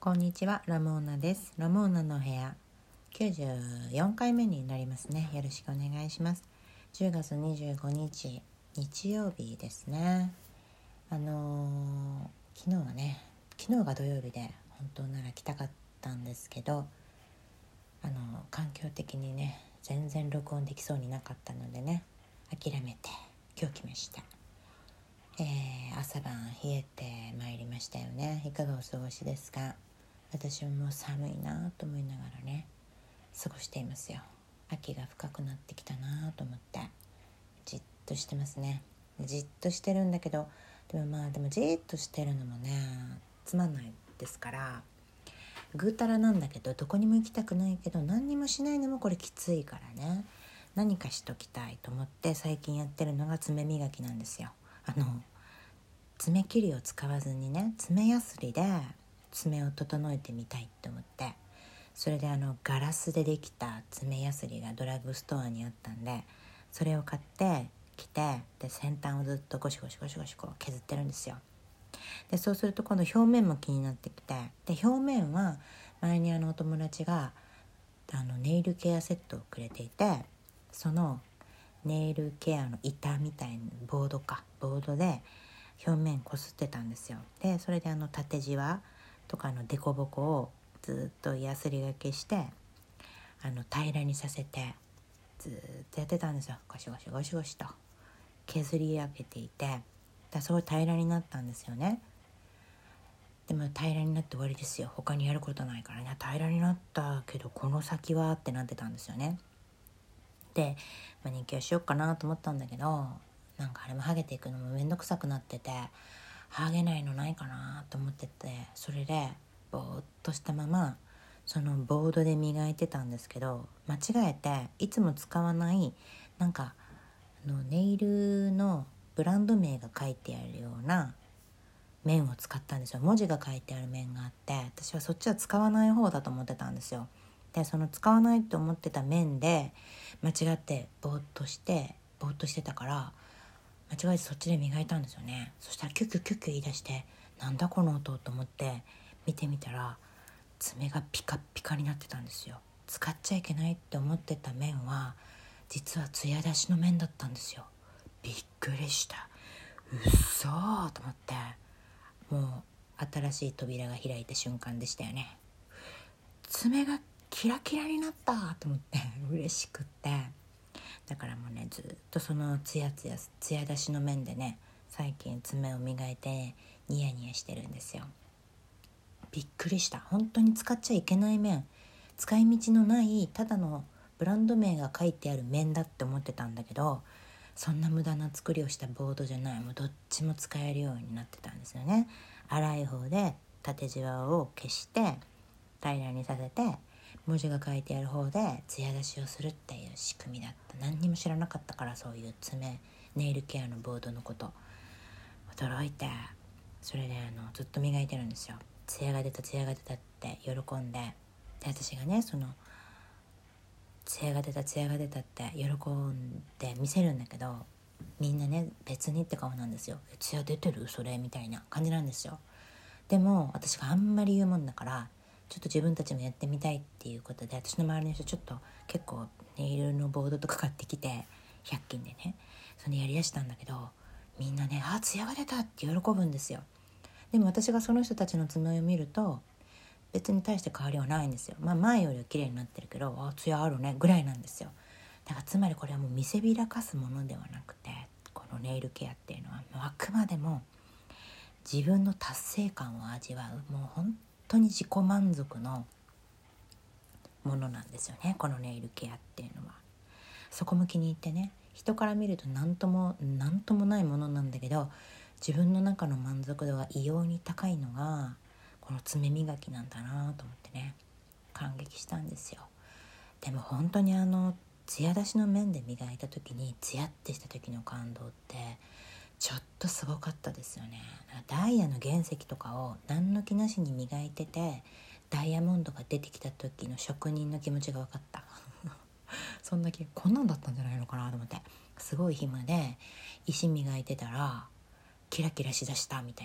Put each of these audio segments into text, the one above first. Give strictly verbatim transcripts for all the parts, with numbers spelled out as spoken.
こんにちは、ラモーナです。ラモーナの部屋きゅうじゅうよんかいめになりますね。よろしくお願いします。じゅうがつにじゅうごにち日曜日ですね。あのー、昨日はね昨日が土曜日で本当なら来たかったんですけど、あの環境的にね全然録音できそうになかったのでね諦めて今日来ました。えー、朝晩冷えてまいりましたよね。いかがお過ごしですか？私はもう寒いなと思いながらね過ごしていますよ。秋が深くなってきたなと思ってじっとしてますね。じっとしてるんだけど、でもまあでもじっとしてるのもねつまんないですから、ぐうたらなんだけどどこにも行きたくないけど何にもしないのもこれきついからね、何かしときたいと思って最近やってるのが爪磨きなんですよ。あの爪切りを使わずにね爪やすりで爪を整えてみたいと思って、それであのガラスでできた爪やすりがドラッグストアにあったんでそれを買ってきて、で先端をずっとゴシゴシゴシゴシこう削ってるんですよ。でそうすると今度表面も気になってきて、で表面は前にあのお友達があのネイルケアセットをくれていて、そのネイルケアの板みたいなボードかボードで表面こすってたんですよ。でそれであの縦じわとかのデコボコをずっとヤスリがけしてあの平らにさせてずっとやってたんですよ。ゴシゴシゴシゴシと削り上げていて、だすごい平らになったんですよね。でも平らになって終わりですよ。他にやることないからね。平らになったけどこの先はってなってたんですよね。で、まあ、人気をしようかなと思ったんだけど、なんかあれも剥げていくのもめんどくさくなってて、剥げないのないかなと思ってて、それでぼーっとしたままそのボードで磨いてたんですけど、間違えていつも使わないなんかあのネイルのブランド名が書いてあるような面を使ったんですよ。文字が書いてある面があって、私はそっちは使わない方だと思ってたんですよ。でその使わないと思ってた面で間違ってぼーっとしてぼーっとしてたから間違えてそっちで磨いたんですよね。そしたらキュッキュッキュッキュ言い出して、なんだこの音と思って見てみたら爪がピカピカになってたんですよ。使っちゃいけないって思ってた面は実は艶出しの面だったんですよ。びっくりした。うっそーと思って、もう新しい扉が開いた瞬間でしたよね。爪がキラキラになったと思って嬉しくって、だからもうねずっとそのツヤツヤツヤ出しの面でね最近爪を磨いてニヤニヤしてるんですよ。びっくりした。本当に使っちゃいけない面、使い道のないただのブランド名が書いてある面だって思ってたんだけど、そんな無駄な作りをしたボードじゃない、もうどっちも使えるようになってたんですよね。粗い方で縦じわを消して平らにさせて、文字が書いてある方で艶出しをするっていう仕組みだった。何にも知らなかったから、そういう爪ネイルケアのボードのこと驚いて、それであのずっと磨いてるんですよ。艶が出た艶が出たって喜んで、で私がねその艶が出た艶が出たって喜んで見せるんだけど、みんなね別にって顔なんですよ。艶出てるそれみたいな感じなんですよ。でも私があんまり言うもんだからちょっと自分たちもやってみたいっていうことで、私の周りの人ちょっと結構ネイルのボードとか買ってきてひゃく均でねそれやりだしたんだけど、みんなねあ艶が出たって喜ぶんですよ。でも私がその人たちの爪を見ると別に大して変わりはないんですよ。まあ前よりは綺麗になってるけど、あ艶あるねぐらいなんですよ。だからつまりこれはもう見せびらかすものではなくて、このネイルケアっていうのはもうあくまでも自分の達成感を味わう、もう本当に自己満足のものなんですよね、このネイルケアっていうのは。そこも気に入ってね、人から見ると何とも何ともないものなんだけど、自分の中の満足度が異様に高いのがこの爪磨きなんだなと思ってね感激したんですよ。でも本当にあの艶出しの面で磨いた時にツヤってした時の感動ってちょっとすごかったですよね。ダイヤの原石とかを何の気なしに磨いててダイヤモンドが出てきた時の職人の気持ちが分かったそんな気こんなんだったんじゃないのかなと思って、すごい暇で石磨いてたらキラキラしだしたみたいな、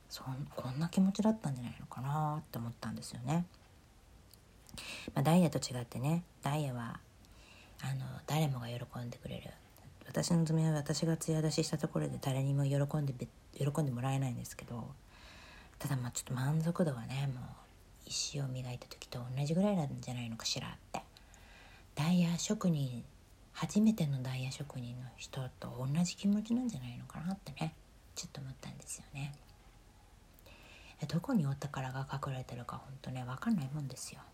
そんこんな気持ちだったんじゃないのかなって思ったんですよね。まあ、ダイヤと違ってね、ダイヤはあの誰もが喜んでくれる。私の爪は私が艶出ししたところで誰にも喜んで喜んでもらえないんですけど、ただまあちょっと満足度はね、もう石を磨いた時と同じぐらいなんじゃないのかしらって。ダイヤ職人、初めてのダイヤ職人の人と同じ気持ちなんじゃないのかなってね、ちょっと思ったんですよね。どこにお宝が隠れてるか本当ね、分かんないもんですよ。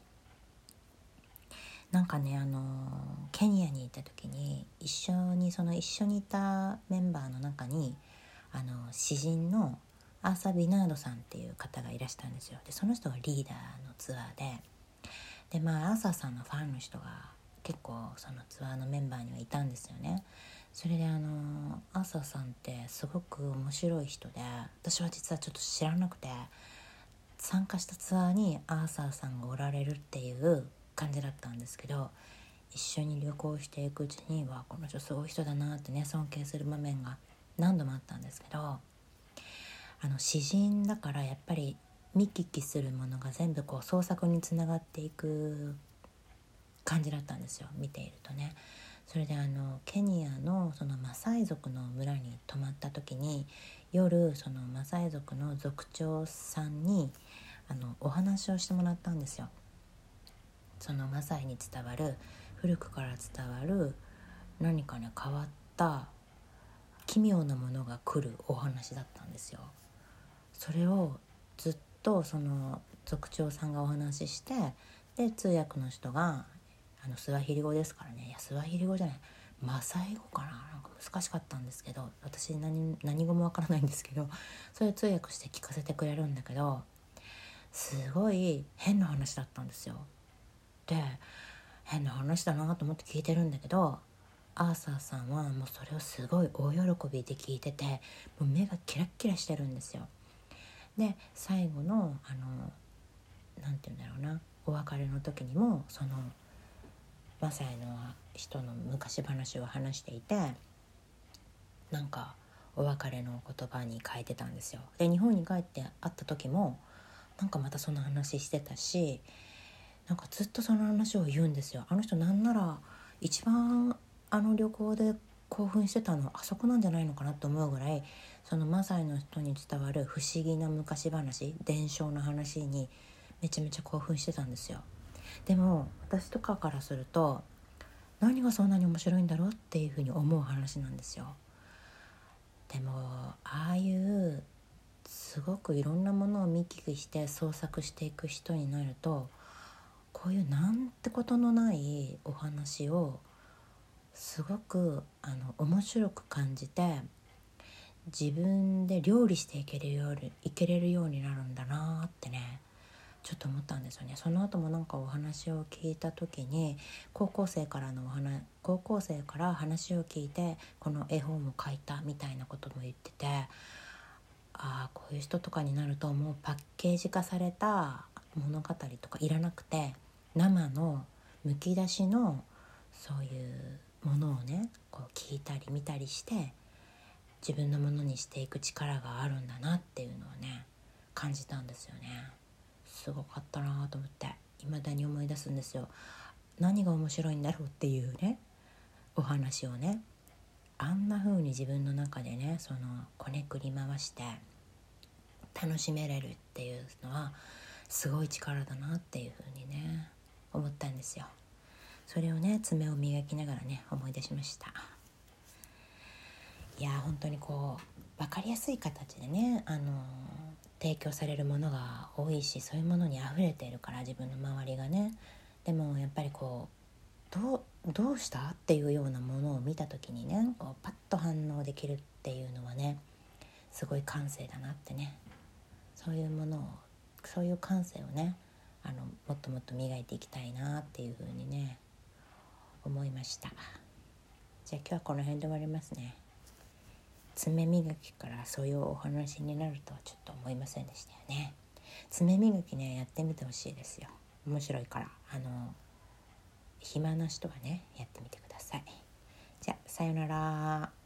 なんかね、あのケニアに行った時に一緒にその一緒にいたメンバーの中にあの詩人のアーサー・ビナードさんっていう方がいらしたんですよ。でその人がリーダーのツアーででまあアーサーさんのファンの人が結構そのツアーのメンバーにはいたんですよね。それであのアーサーさんってすごく面白い人で、私は実はちょっと知らなくて、参加したツアーにアーサーさんがおられるっていう感じだったんですけど、一緒に旅行していくうちにはこの人すごい人だなってね、尊敬する場面が何度もあったんですけど、あの詩人だからやっぱり見聞きするものが全部こう創作につながっていく感じだったんですよ、見ているとね。それであのケニアのそのマサイ族の村に泊まった時に、夜そのマサイ族の族長さんにあのお話をしてもらったんですよ。そのマサイに伝わる、古くから伝わる何かね変わった奇妙なものが来るお話だったんですよ。それをずっとその族長さんがお話しして、で通訳の人があのスワヒリ語ですからね、いやスワヒリ語じゃない、マサイ語かな、なんか難しかったんですけど、私 何, 何語もわからないんですけど、それ通訳して聞かせてくれるんだけど、すごい変な話だったんですよ。で変な話だなと思って聞いてるんだけど、アーサーさんはもうそれをすごい大喜びで聞いてて、もう目がキラッキラしてるんですよ。で最後のあのなんていうんだろうな、お別れの時にもそのマサイの人の昔話を話していて、なんかお別れの言葉に変えてたんですよ。で日本に帰って会った時もなんかまたその話してたし、なんかずっとその話を言うんですよ。あの人なんなら一番あの旅行で興奮してたのはあそこなんじゃないのかなと思うぐらい、そのマサイの人に伝わる不思議な昔話、伝承の話にめちゃめちゃ興奮してたんですよ。でも私とかからすると何がそんなに面白いんだろうっていうふうに思う話なんですよ。でもああいうすごくいろんなものを見聞きして創作していく人になると、こういうなんてことのないお話をすごくあの面白く感じて、自分で料理していけるようにいけれるようになるんだなってね、ちょっと思ったんですよね。その後もなんかお話を聞いた時に、高校生からのお話高校生から話を聞いてこの絵本を書いたみたいなことも言ってて、ああこういう人とかになるともうパッケージ化された物語とかいらなくて、生のむき出しのそういうものをねこう聞いたり見たりして自分のものにしていく力があるんだなっていうのをね感じたんですよね。すごかったなと思って未だに思い出すんですよ。何が面白いんだろうっていうねお話をね、あんな風に自分の中でねそのこねくり回して楽しめれるっていうのはすごい力だなっていう風にね思ったんですよ。それをね爪を磨きながらね思い出しました。いや本当にこう分かりやすい形でねあの提供されるものが多いし、そういうものに溢れているから自分の周りがね。でもやっぱりこうどうどうしたっていうようなものを見た時にねこうパッと反応できるっていうのはねすごい感性だなってね、そういうものをそういう感性をねあのもっともっと磨いていきたいなっていうふうにね思いました。じゃあ今日はこの辺で終わりますね。爪磨きからそういうお話になるとはちょっと思いませんでしたよね。爪磨きねやってみてほしいですよ。面白いから、あの暇な人はねやってみてください。じゃあさよなら。